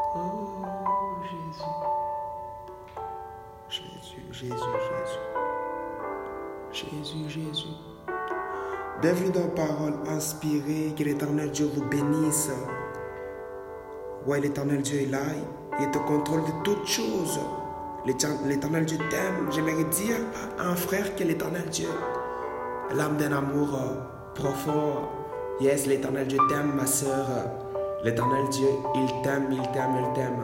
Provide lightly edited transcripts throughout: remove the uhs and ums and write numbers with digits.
Oh Jésus, Jésus, Jésus, Jésus, Jésus, Jésus. Bienvenue dans Parole inspirée, que l'Éternel Dieu vous bénisse. Ouais, l'Éternel Dieu est là, il te contrôle de toutes choses. L'Éternel Dieu t'aime. J'aimerais dire à un frère que l'Éternel Dieu, l'âme d'un amour profond. Yes, l'Éternel Dieu t'aime, ma soeur. L'Éternel Dieu, il t'aime, il t'aime, il t'aime.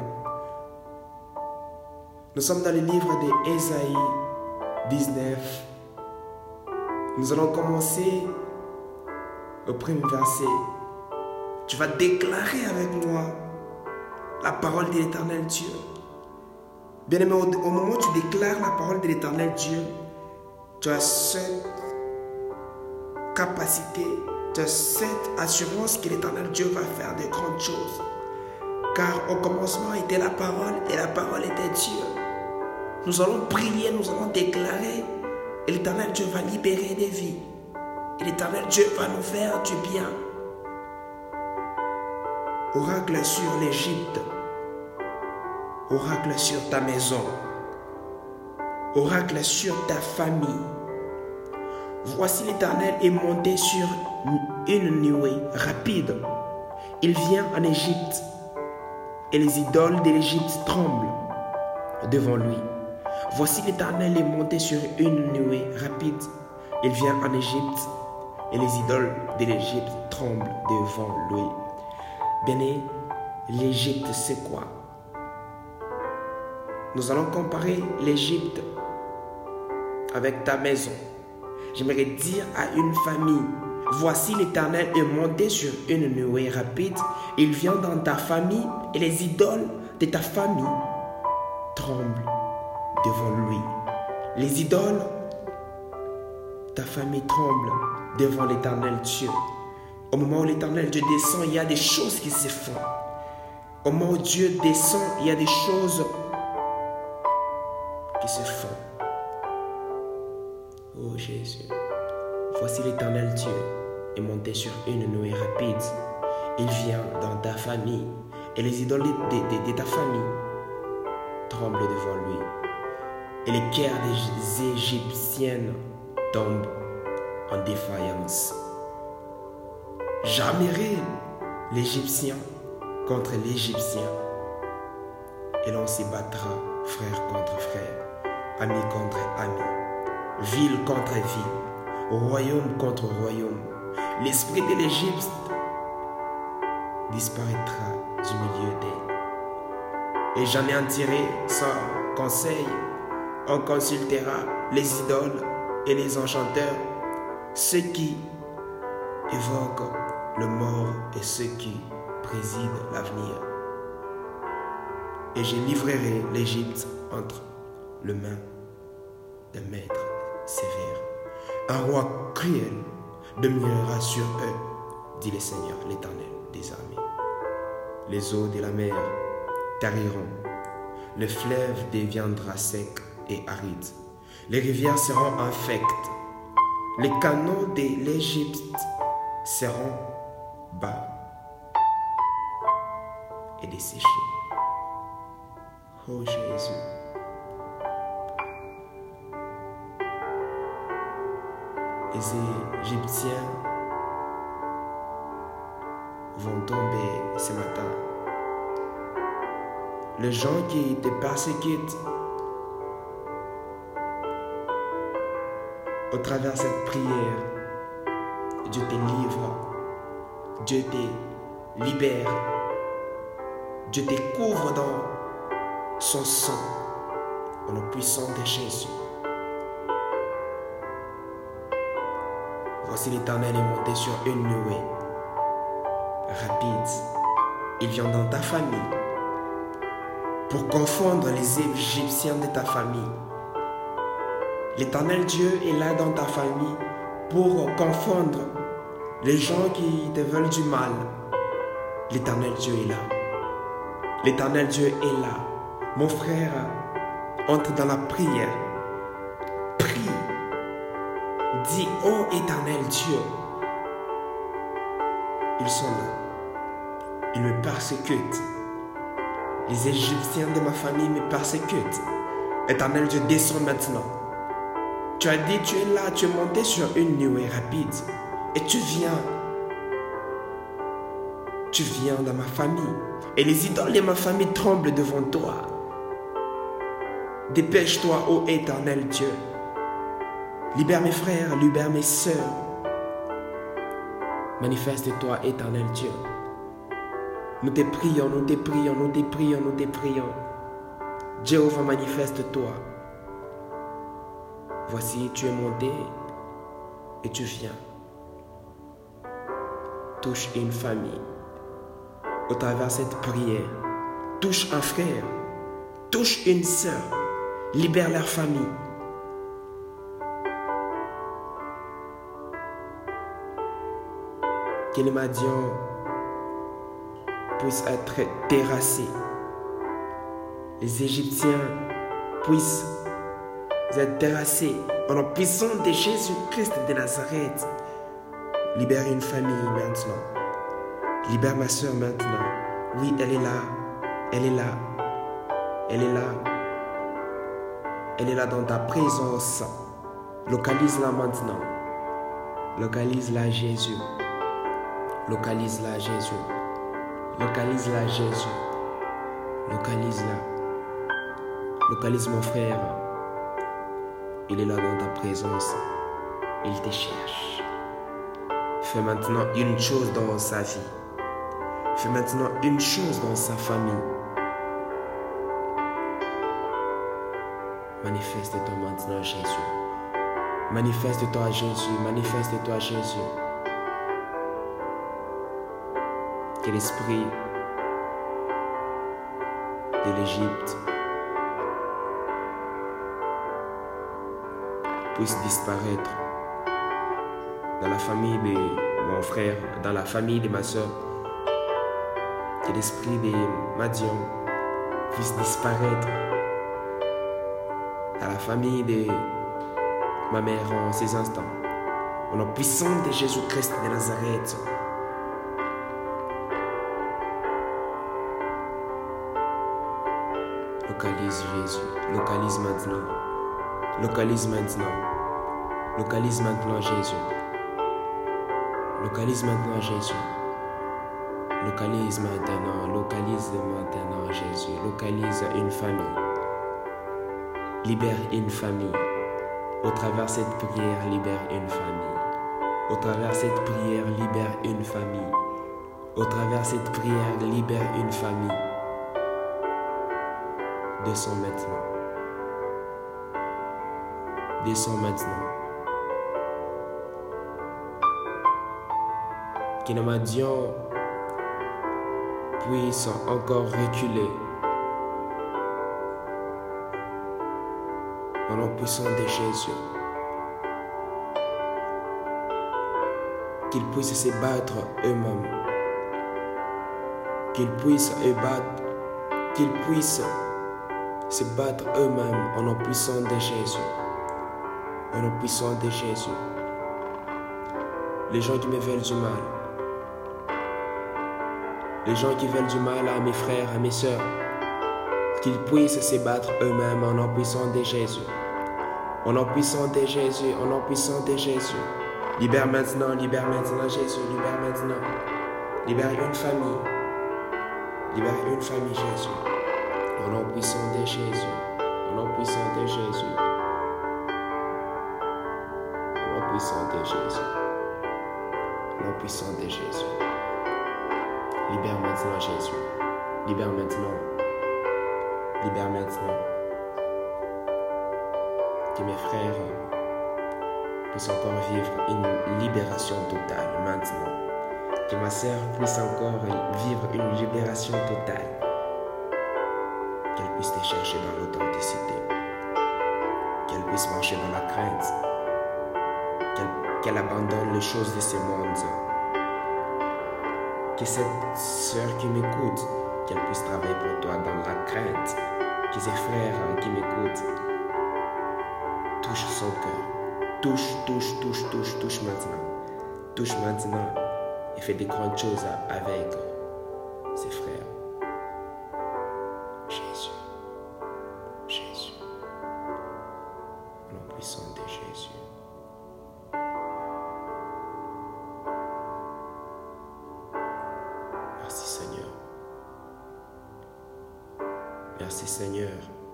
Nous sommes dans le livre d'Ésaïe 19. Nous allons commencer au premier verset. Tu vas déclarer avec moi la parole de l'Éternel Dieu. Bien-aimé, au moment où tu déclares la parole de l'Éternel Dieu, tu as cette capacité, tu as cette assurance que l'Éternel Dieu va faire de grandes choses. Car au commencement était la parole et la parole était Dieu. Nous allons prier, nous allons déclarer et l'Éternel Dieu va libérer des vies. Et l'Éternel Dieu va nous faire du bien. Oracle sur l'Égypte. Oracle sur ta maison. Oracle sur ta famille. Voici l'Éternel est monté sur une nuée rapide. Il vient en Égypte. Et les idoles de l'Égypte tremblent devant lui. Voici l'Éternel est monté sur une nuée rapide. Il vient en Égypte. Et les idoles de l'Égypte tremblent devant lui. Bien-aimé, l'Égypte c'est quoi? Nous allons comparer l'Égypte avec ta maison. J'aimerais dire à une famille, voici l'Éternel est monté sur une nuée rapide. Il vient dans ta famille et les idoles de ta famille tremblent devant lui. Les idoles, ta famille tremble devant l'Éternel Dieu. Au moment où l'Éternel Dieu descend, il y a des choses qui se font. Au moment où Dieu descend, il y a des choses qui se font. Oh Jésus, voici l'Éternel Dieu est monté sur une nuée rapide. Il vient dans ta famille et les idoles de ta famille tremblent devant lui. Et les cœurs des Égyptiennes tombent en défaillance. J'armerai l'Égyptien contre l'Égyptien et l'on se battra frère contre frère, ami contre ami, ville contre ville, royaume contre royaume. L'esprit de l'Égypte disparaîtra du milieu d'elle. Et j'anéantirai sans conseil. On consultera les idoles et les enchanteurs, ceux qui évoquent le mort et ceux qui président l'avenir. Et je livrerai l'Égypte entre les mains d'un maître sévère. Un roi cruel dominera sur eux, dit le Seigneur, l'Éternel des armées. Les eaux de la mer tariront, le fleuve deviendra sec et aride. Les rivières seront infectes. Les canaux de l'Égypte seront bas et desséchés. Oh Jésus. Les Égyptiens vont tomber ce matin. Les gens qui te persécutent au travers de cette prière, Dieu te livre, Dieu te libère, Dieu te couvre dans son sang, au nom puissant de Jésus. Voici l'Éternel est monté sur une nuée rapide. Il vient dans ta famille pour confondre les Égyptiens de ta famille. L'Éternel Dieu est là dans ta famille pour confondre les gens qui te veulent du mal. L'Éternel Dieu est là. L'Éternel Dieu est là. Mon frère, entre dans la prière. Prie. Dis, ô Éternel Dieu, ils sont là. Ils me persécutent. Les Égyptiens de ma famille me persécutent. Éternel Dieu, descends maintenant. Tu as dit, tu es là, tu es monté sur une nuée rapide. Et tu viens dans ma famille. Et les idoles de ma famille tremblent devant toi. Dépêche-toi, ô éternel Dieu. Libère mes frères, libère mes sœurs. Manifeste-toi, éternel Dieu. Nous te prions, nous te prions, nous te prions, nous te prions. Jéhovah, manifeste-toi. Voici, tu es monté et tu viens. Touche une famille au travers de cette prière. Touche un frère, touche une sœur. Libère leur famille. Que les Madians puissent être terrassés. Les Égyptiens puissent être terrassés en la puissance de Jésus-Christ de Nazareth. Libère une famille maintenant. Libère ma soeur maintenant. Oui, elle est là. Elle est là. Elle est là. Elle est là dans ta présence. Localise-la maintenant. Localise-la, Jésus. Localise-la, Jésus. Localise-la, Jésus. Localise-la. Localise mon frère. Il est là dans ta présence. Il te cherche. Fais maintenant une chose dans sa vie. Fais maintenant une chose dans sa famille. Manifeste-toi maintenant, Jésus. Manifeste-toi, Jésus. Manifeste-toi, Jésus. Que l'esprit de l'Égypte puisse disparaître dans la famille de mon frère, dans la famille de ma soeur. Que l'esprit de Madian puisse disparaître dans la famille de ma mère en ces instants. Au nom puissant de Jésus-Christ de Nazareth. Localise Jésus, localise maintenant. Localise maintenant. Localise maintenant Jésus. Localise maintenant Jésus. Localise maintenant Jésus. Localise une famille. Libère une famille. Au travers de cette prière, libère une famille. Au travers de cette prière, libère une famille. Au travers de cette prière, libère une famille. Descends maintenant. Descends maintenant. Que les Madians puissent encore reculer. Au nom puissant de Jésus. Qu'ils puissent se battre eux-mêmes. Qu'ils puissent se battre eux-mêmes au nom puissant de Jésus. Au nom puissant de Jésus. Les gens qui me veulent du mal. Les gens qui veulent du mal à mes frères, à mes sœurs. Qu'ils puissent se battre eux-mêmes au nom puissant de Jésus. Au nom puissant de Jésus. Au nom puissant de Jésus. Libère maintenant Jésus. Libère maintenant. Libère une famille. Libère une famille, Jésus. Au nom puissant de Jésus. Au nom puissant de Jésus. Au nom puissant de Jésus. Au nom puissant de Jésus. Libère maintenant, Jésus. Libère maintenant. Libère maintenant. Que mes frères puissent encore vivre une libération totale maintenant. Que ma sœur puisse encore vivre une libération totale. Qu'elle puisse te chercher dans l'authenticité. Qu'elle puisse marcher dans la crainte. Qu'elle abandonne les choses de ce monde. Que cette sœur qui m'écoute, qu'elle puisse travailler pour toi dans la crainte. Que ses frères qui m'écoutent touchent son cœur. Touche maintenant. Touche maintenant et fais des grandes choses avec ses frères. Merci Seigneur.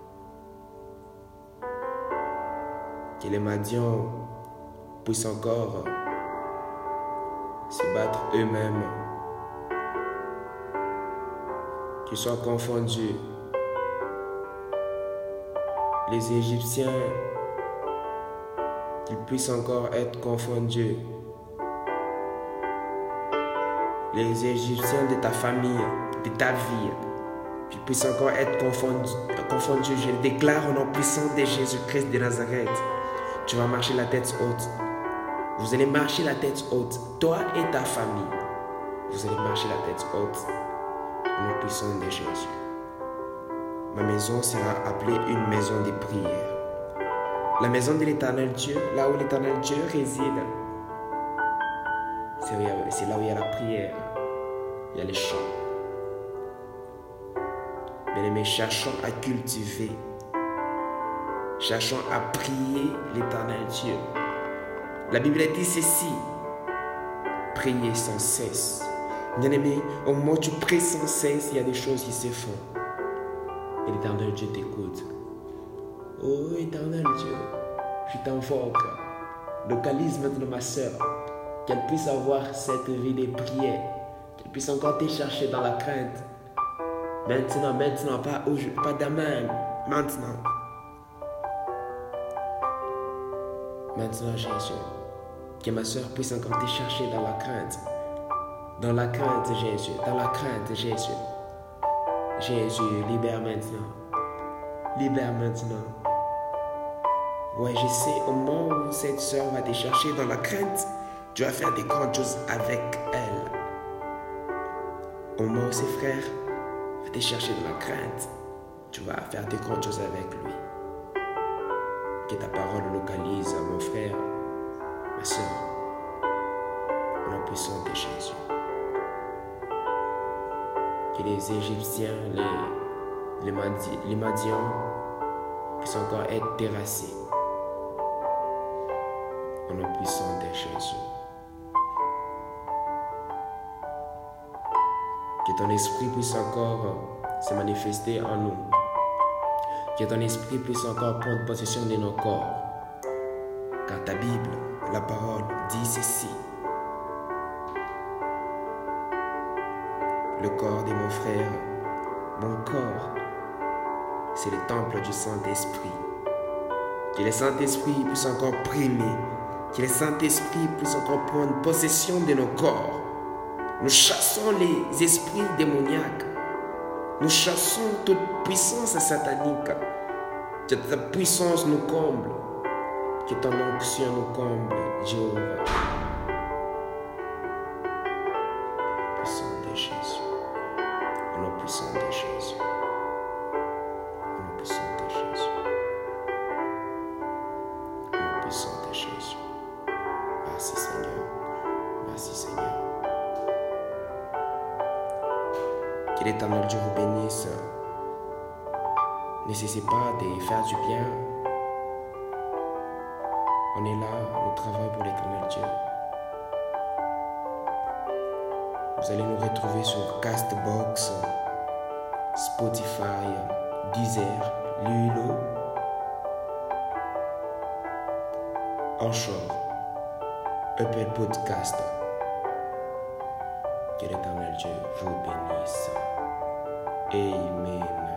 Que les Madians puissent encore se battre eux-mêmes, qu'ils soient confondus. Les Égyptiens, qu'ils puissent encore être confondus. Les Égyptiens de ta famille, de ta vie, qu'ils puissent encore être confondus. Je le déclare au nom puissant de Jésus-Christ de Nazareth. Tu vas marcher la tête haute. Vous allez marcher la tête haute. Toi et ta famille. Vous allez marcher la tête haute. Au nom puissant de Jésus. Ma maison sera appelée une maison de prière. La maison de l'Éternel Dieu, là où l'Éternel Dieu réside, c'est là où il y a la prière. Il y a les chants. Bien-aimés, cherchons à cultiver. Cherchons à prier l'Éternel Dieu. La Bible dit ceci. Priez sans cesse. Bien-aimé, au moment où tu pries sans cesse, il y a des choses qui se font. Et l'Éternel Dieu t'écoute. Oh Éternel Dieu, je t'invoque. Localise maintenant ma soeur. Qu'elle puisse avoir cette vie de prière. Qu'elle puisse encore te chercher dans la crainte. Maintenant, pas demain. Maintenant, Jésus. Que ma soeur puisse encore te chercher dans la crainte. Dans la crainte, Jésus. Dans la crainte, Jésus. Jésus, libère maintenant. Libère maintenant. Ouais, je sais, au moment où cette soeur va te chercher dans la crainte, tu vas faire des grandes choses avec elle. Au moment où ses frères vont te chercher dans la crainte, tu vas faire des grandes choses avec lui. Que ta parole localise, mon frère, ma soeur, au nom puissant de Jésus. Que les Égyptiens, les Madians, puissent encore être terrassés. Au nom puissant de Jésus. Que ton esprit puisse encore se manifester en nous. Que ton esprit puisse encore prendre possession de nos corps. Car ta Bible, la parole, dit ceci. Le corps de mon frère, mon corps, c'est le temple du Saint-Esprit. Que le Saint-Esprit puisse encore primer. Que le Saint-Esprit puisse encore prendre possession de nos corps. Nous chassons les esprits démoniaques. Nous chassons toute puissance satanique. Que ta puissance nous comble. Que ton onction nous comble, Jéhovah. Puissant de Jésus. Au nom puissant de Jésus. Au nom puissant de Jésus. Au nom puissant de Jésus. Merci Seigneur. Merci Seigneur. Que l'Éternel Dieu vous bénisse. Ne cessez pas de faire du bien. On est là, on travaille pour l'Éternel Dieu. Vous allez nous retrouver sur Castbox, Spotify, Deezer, Lulo, Anchor, Apple Podcast. Que l'Éternel Dieu vous bénisse. Amen.